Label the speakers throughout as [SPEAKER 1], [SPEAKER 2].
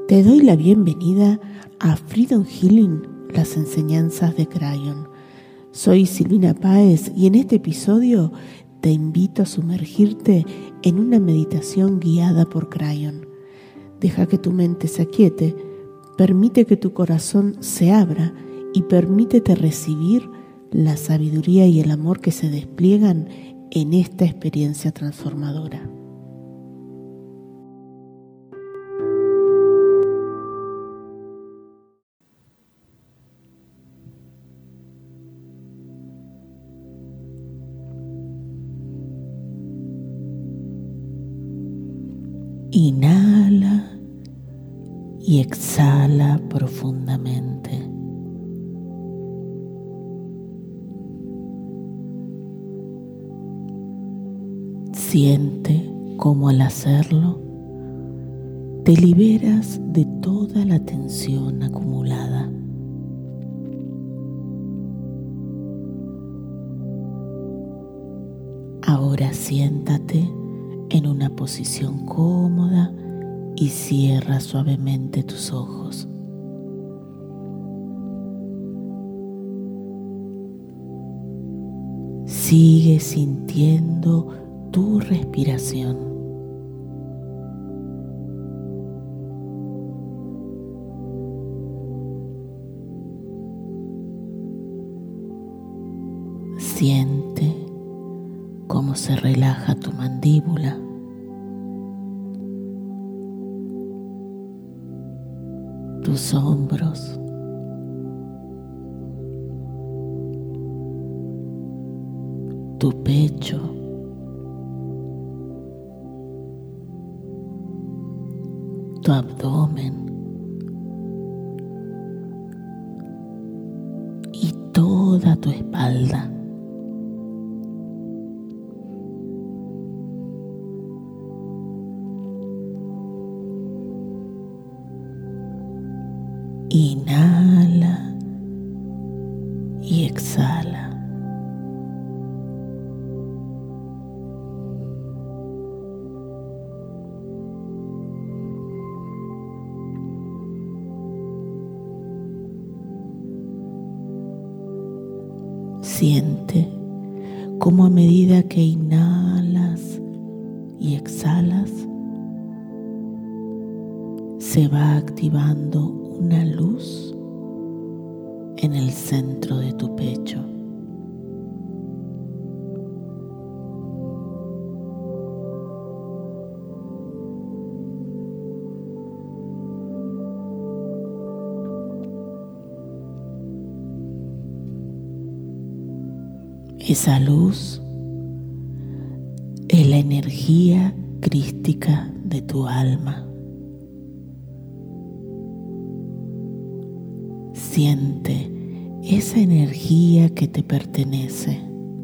[SPEAKER 1] Te doy la bienvenida a Freedom Healing, las enseñanzas de Crayon. Soy Silvina Páez y en este episodio te invito a sumergirte en una meditación guiada por Crayon. Deja que tu mente se aquiete, permite que tu corazón se abra y permítete recibir la sabiduría y el amor que se despliegan en esta experiencia transformadora. Inhala y exhala profundamente. Siente cómo al hacerlo te liberas de toda la tensión acumulada. Ahora siéntate en una posición cómoda y cierra suavemente tus ojos. Sigue sintiendo tu respiración. Siente cómo se relaja tu mandíbula. Tus hombros. Tu pecho. Tu abdomen. Y toda tu espalda. Inhala y exhala. Siente cómo a medida que inhalas y exhalas, se va activando una luz en el centro de tu pecho. Esa luz es la energía crística de tu alma. Siente esa energía que te pertenece.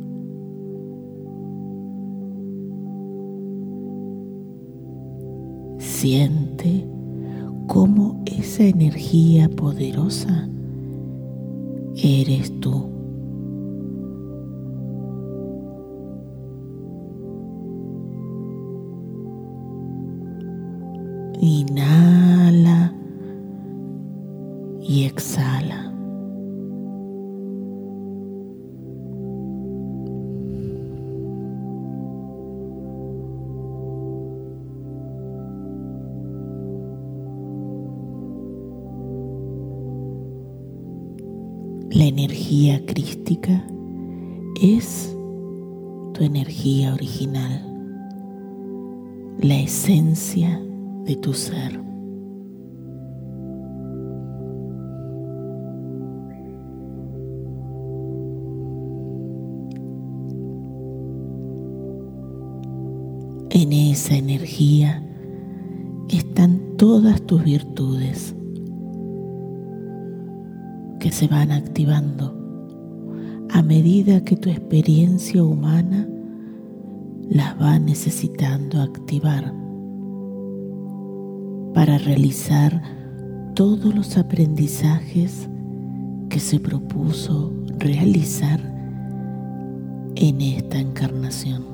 [SPEAKER 1] Siente cómo esa energía poderosa eres tú. Inhala y exhala. La energía crística es tu energía original, la esencia de tu ser. En esa energía están todas tus virtudes que se van activando a medida que tu experiencia humana las va necesitando activar para realizar todos los aprendizajes que se propuso realizar en esta encarnación.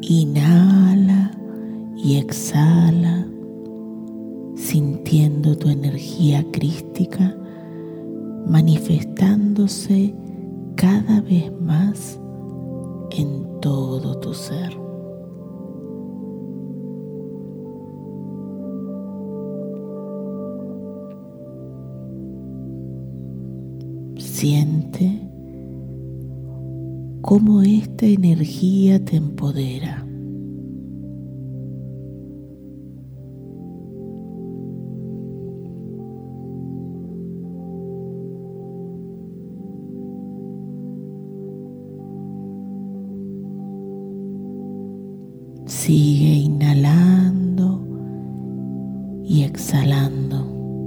[SPEAKER 1] Inhala y exhala, sintiendo tu energía crística manifestándose cada vez más en todo tu ser. Siente cómo esta energía te empodera. Sigue inhalando y exhalando.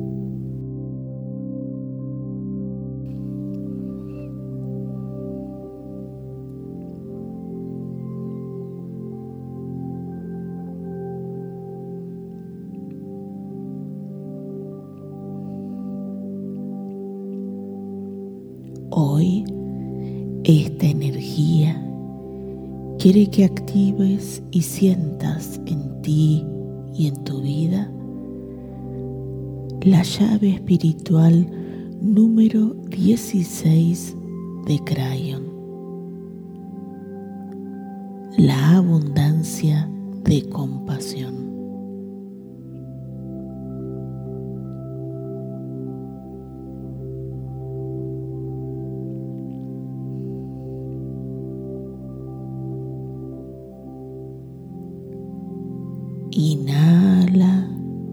[SPEAKER 1] Hoy, esta energía quiere que actives y sientas en ti y en tu vida la llave espiritual número 16 de Cryon, la abundancia de compasión. Inhala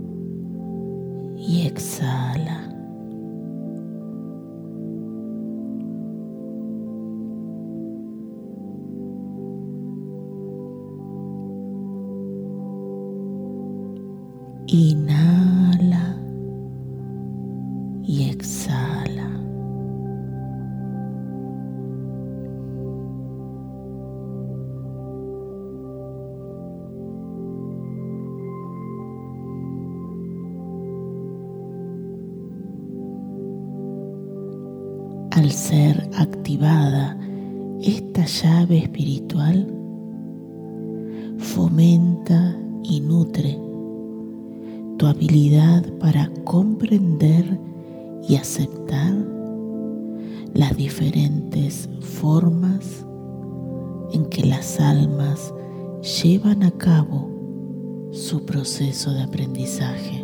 [SPEAKER 1] y exhala. Inhala y exhala. Al ser activada esta llave espiritual, fomenta y nutre tu habilidad para comprender y aceptar las diferentes formas en que las almas llevan a cabo su proceso de aprendizaje.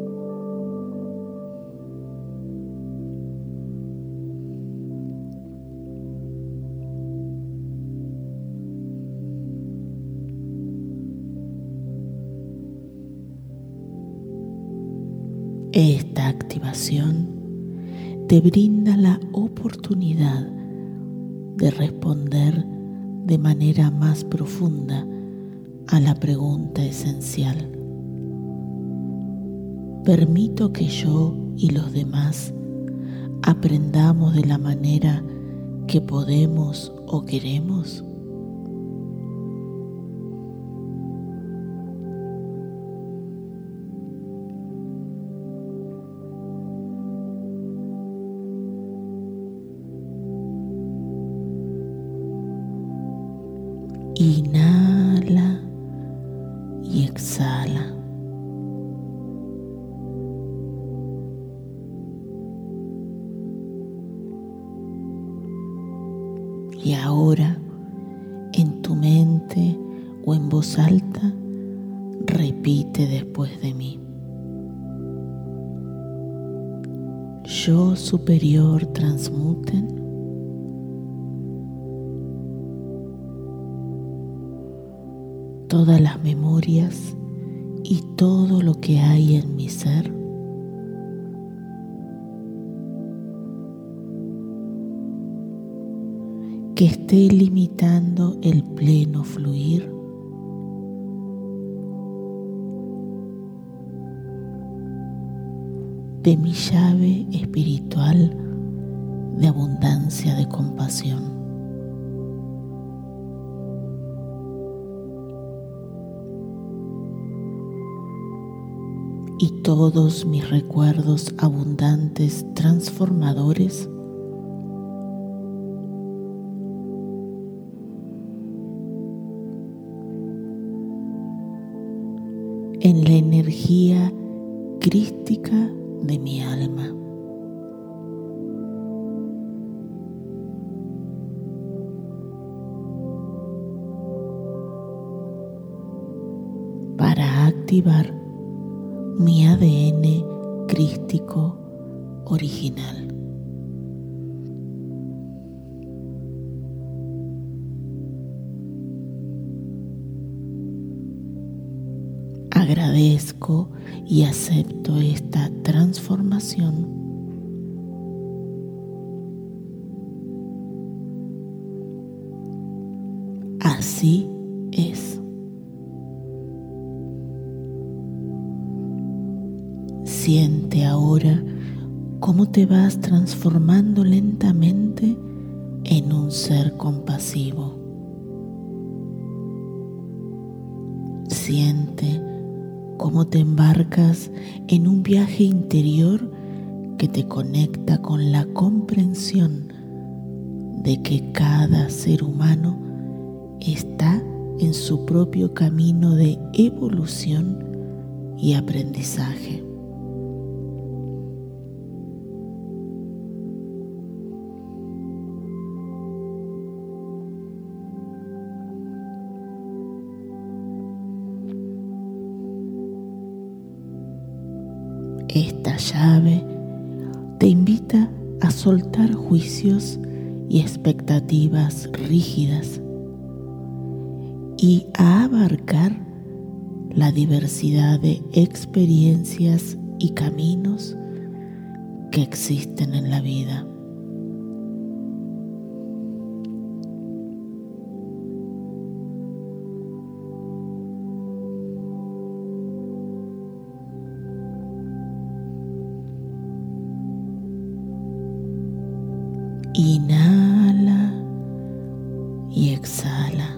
[SPEAKER 1] Esta activación te brinda la oportunidad de responder de manera más profunda a la pregunta esencial: ¿permito que yo y los demás aprendamos de la manera que podemos o queremos? Inhala y exhala. Y ahora, en tu mente o en voz alta, repite después de mí: Yo superior transmuten todas las memorias y todo lo que hay en mi ser que esté limitando el pleno fluir de mi llave espiritual de abundancia de compasión. Y todos mis recuerdos abundantes transformadores en la energía crística de mi alma. Para activar mi ADN crístico original. Agradezco y acepto esta transformación. Así es. Siente ahora cómo te vas transformando lentamente en un ser compasivo. Siente cómo te embarcas en un viaje interior que te conecta con la comprensión de que cada ser humano está en su propio camino de evolución y aprendizaje. Esta llave te invita a soltar juicios y expectativas rígidas y a abarcar la diversidad de experiencias y caminos que existen en la vida. Inhala y exhala.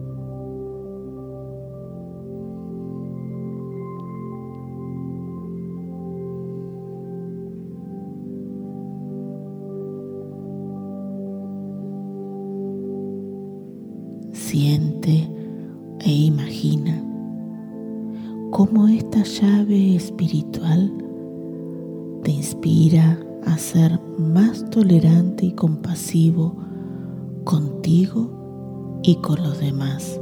[SPEAKER 1] Siente e imagina cómo esta llave espiritual te inspira a ser más tolerante y compasivo contigo y con los demás.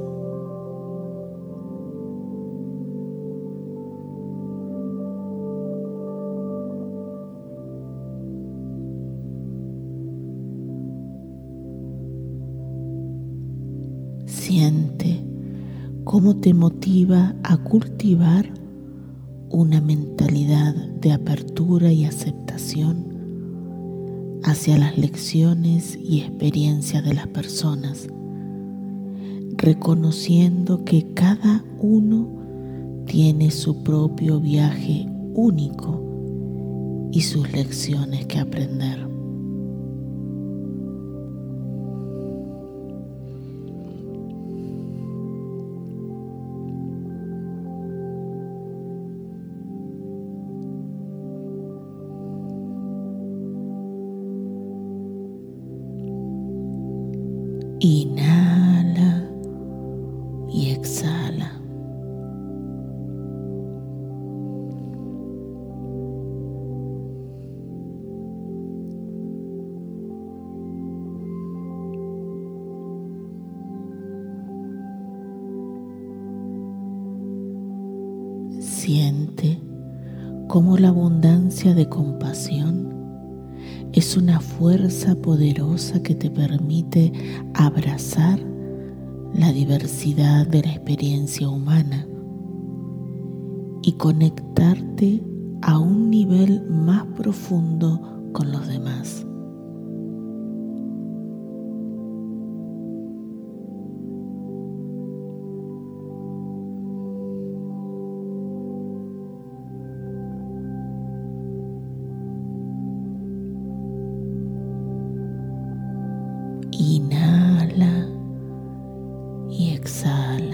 [SPEAKER 1] Siente cómo te motiva a cultivar una mentalidad de apertura y aceptación hacia las lecciones y experiencias de las personas, reconociendo que cada uno tiene su propio viaje único y sus lecciones que aprender. Inhala y exhala. Siente cómo la abundancia de compasión es una fuerza poderosa que te permite abrazar la diversidad de la experiencia humana y conectarte a un nivel más profundo con los demás. Inhala y exhala.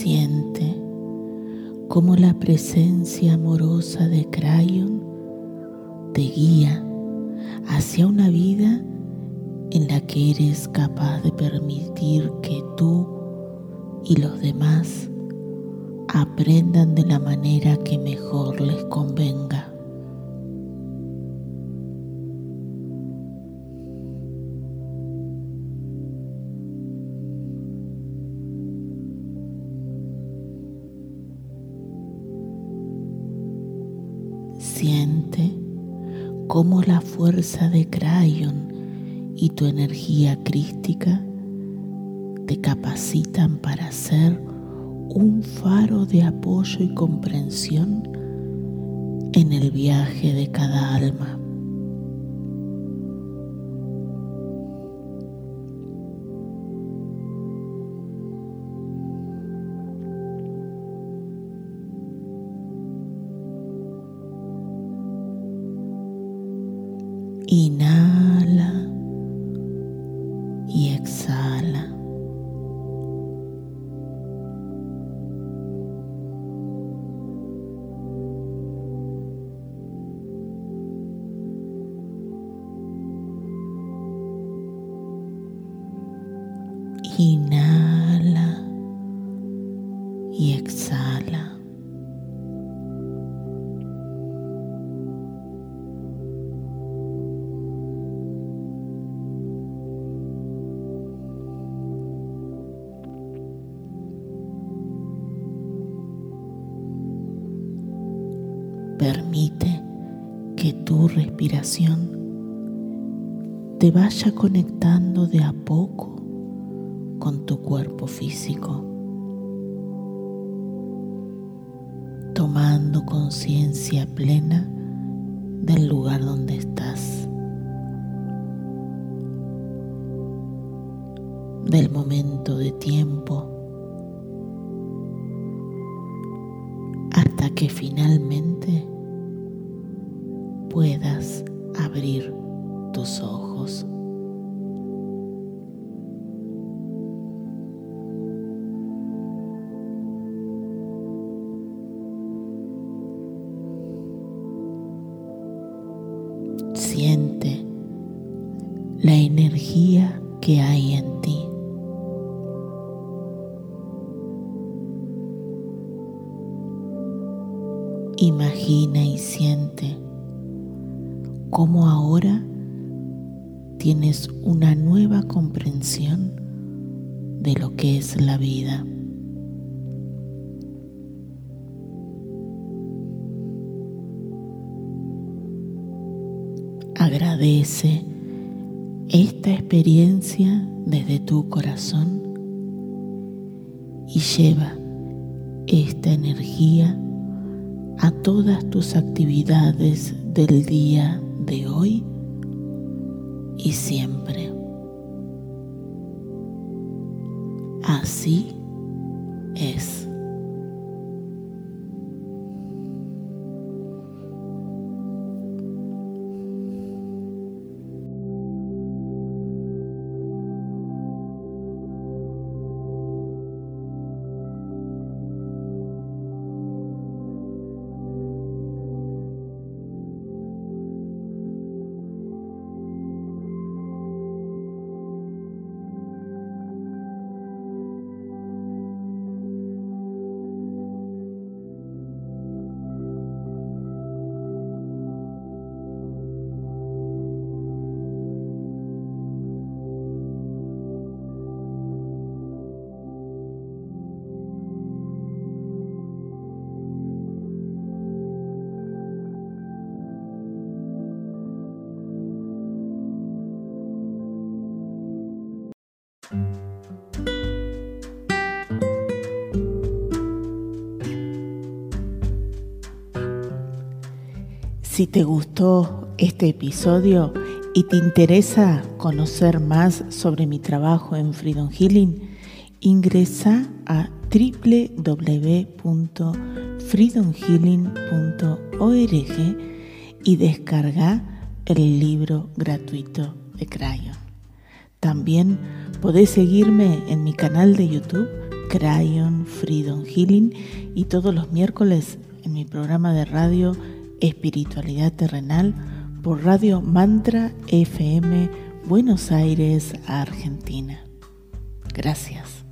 [SPEAKER 1] Siente cómo la presencia amorosa de Cryon te guía hacia una vida en la que eres capaz de permitir que tú y los demás aprendan de la manera que mejor les convenga. Siente cómo la fuerza de Cryon y tu energía crística te capacitan para ser un faro de apoyo y comprensión en el viaje de cada alma. Inhala y exhala. Inhala y exhala. Permite que tu respiración te vaya conectando de a poco con tu cuerpo físico, tomando conciencia plena del lugar donde estás, del momento de tiempo, hasta que finalmente puedas abrir tus ojos. Siente la energía que hay en ti. Imagina y siente cómo ahora tienes una nueva comprensión de lo que es la vida. Agradece esta experiencia desde tu corazón y lleva esta energía a todas tus actividades del día de hoy y siempre. Así es. Si te gustó este episodio y te interesa conocer más sobre mi trabajo en Freedom Healing, ingresa a www.freedomhealing.org y descarga el libro gratuito de Cryon. También podés seguirme en mi canal de YouTube, Crayon Freedom Healing y todos los miércoles en mi programa de radio Espiritualidad Terrenal por Radio Mantra FM, Buenos Aires, Argentina. Gracias.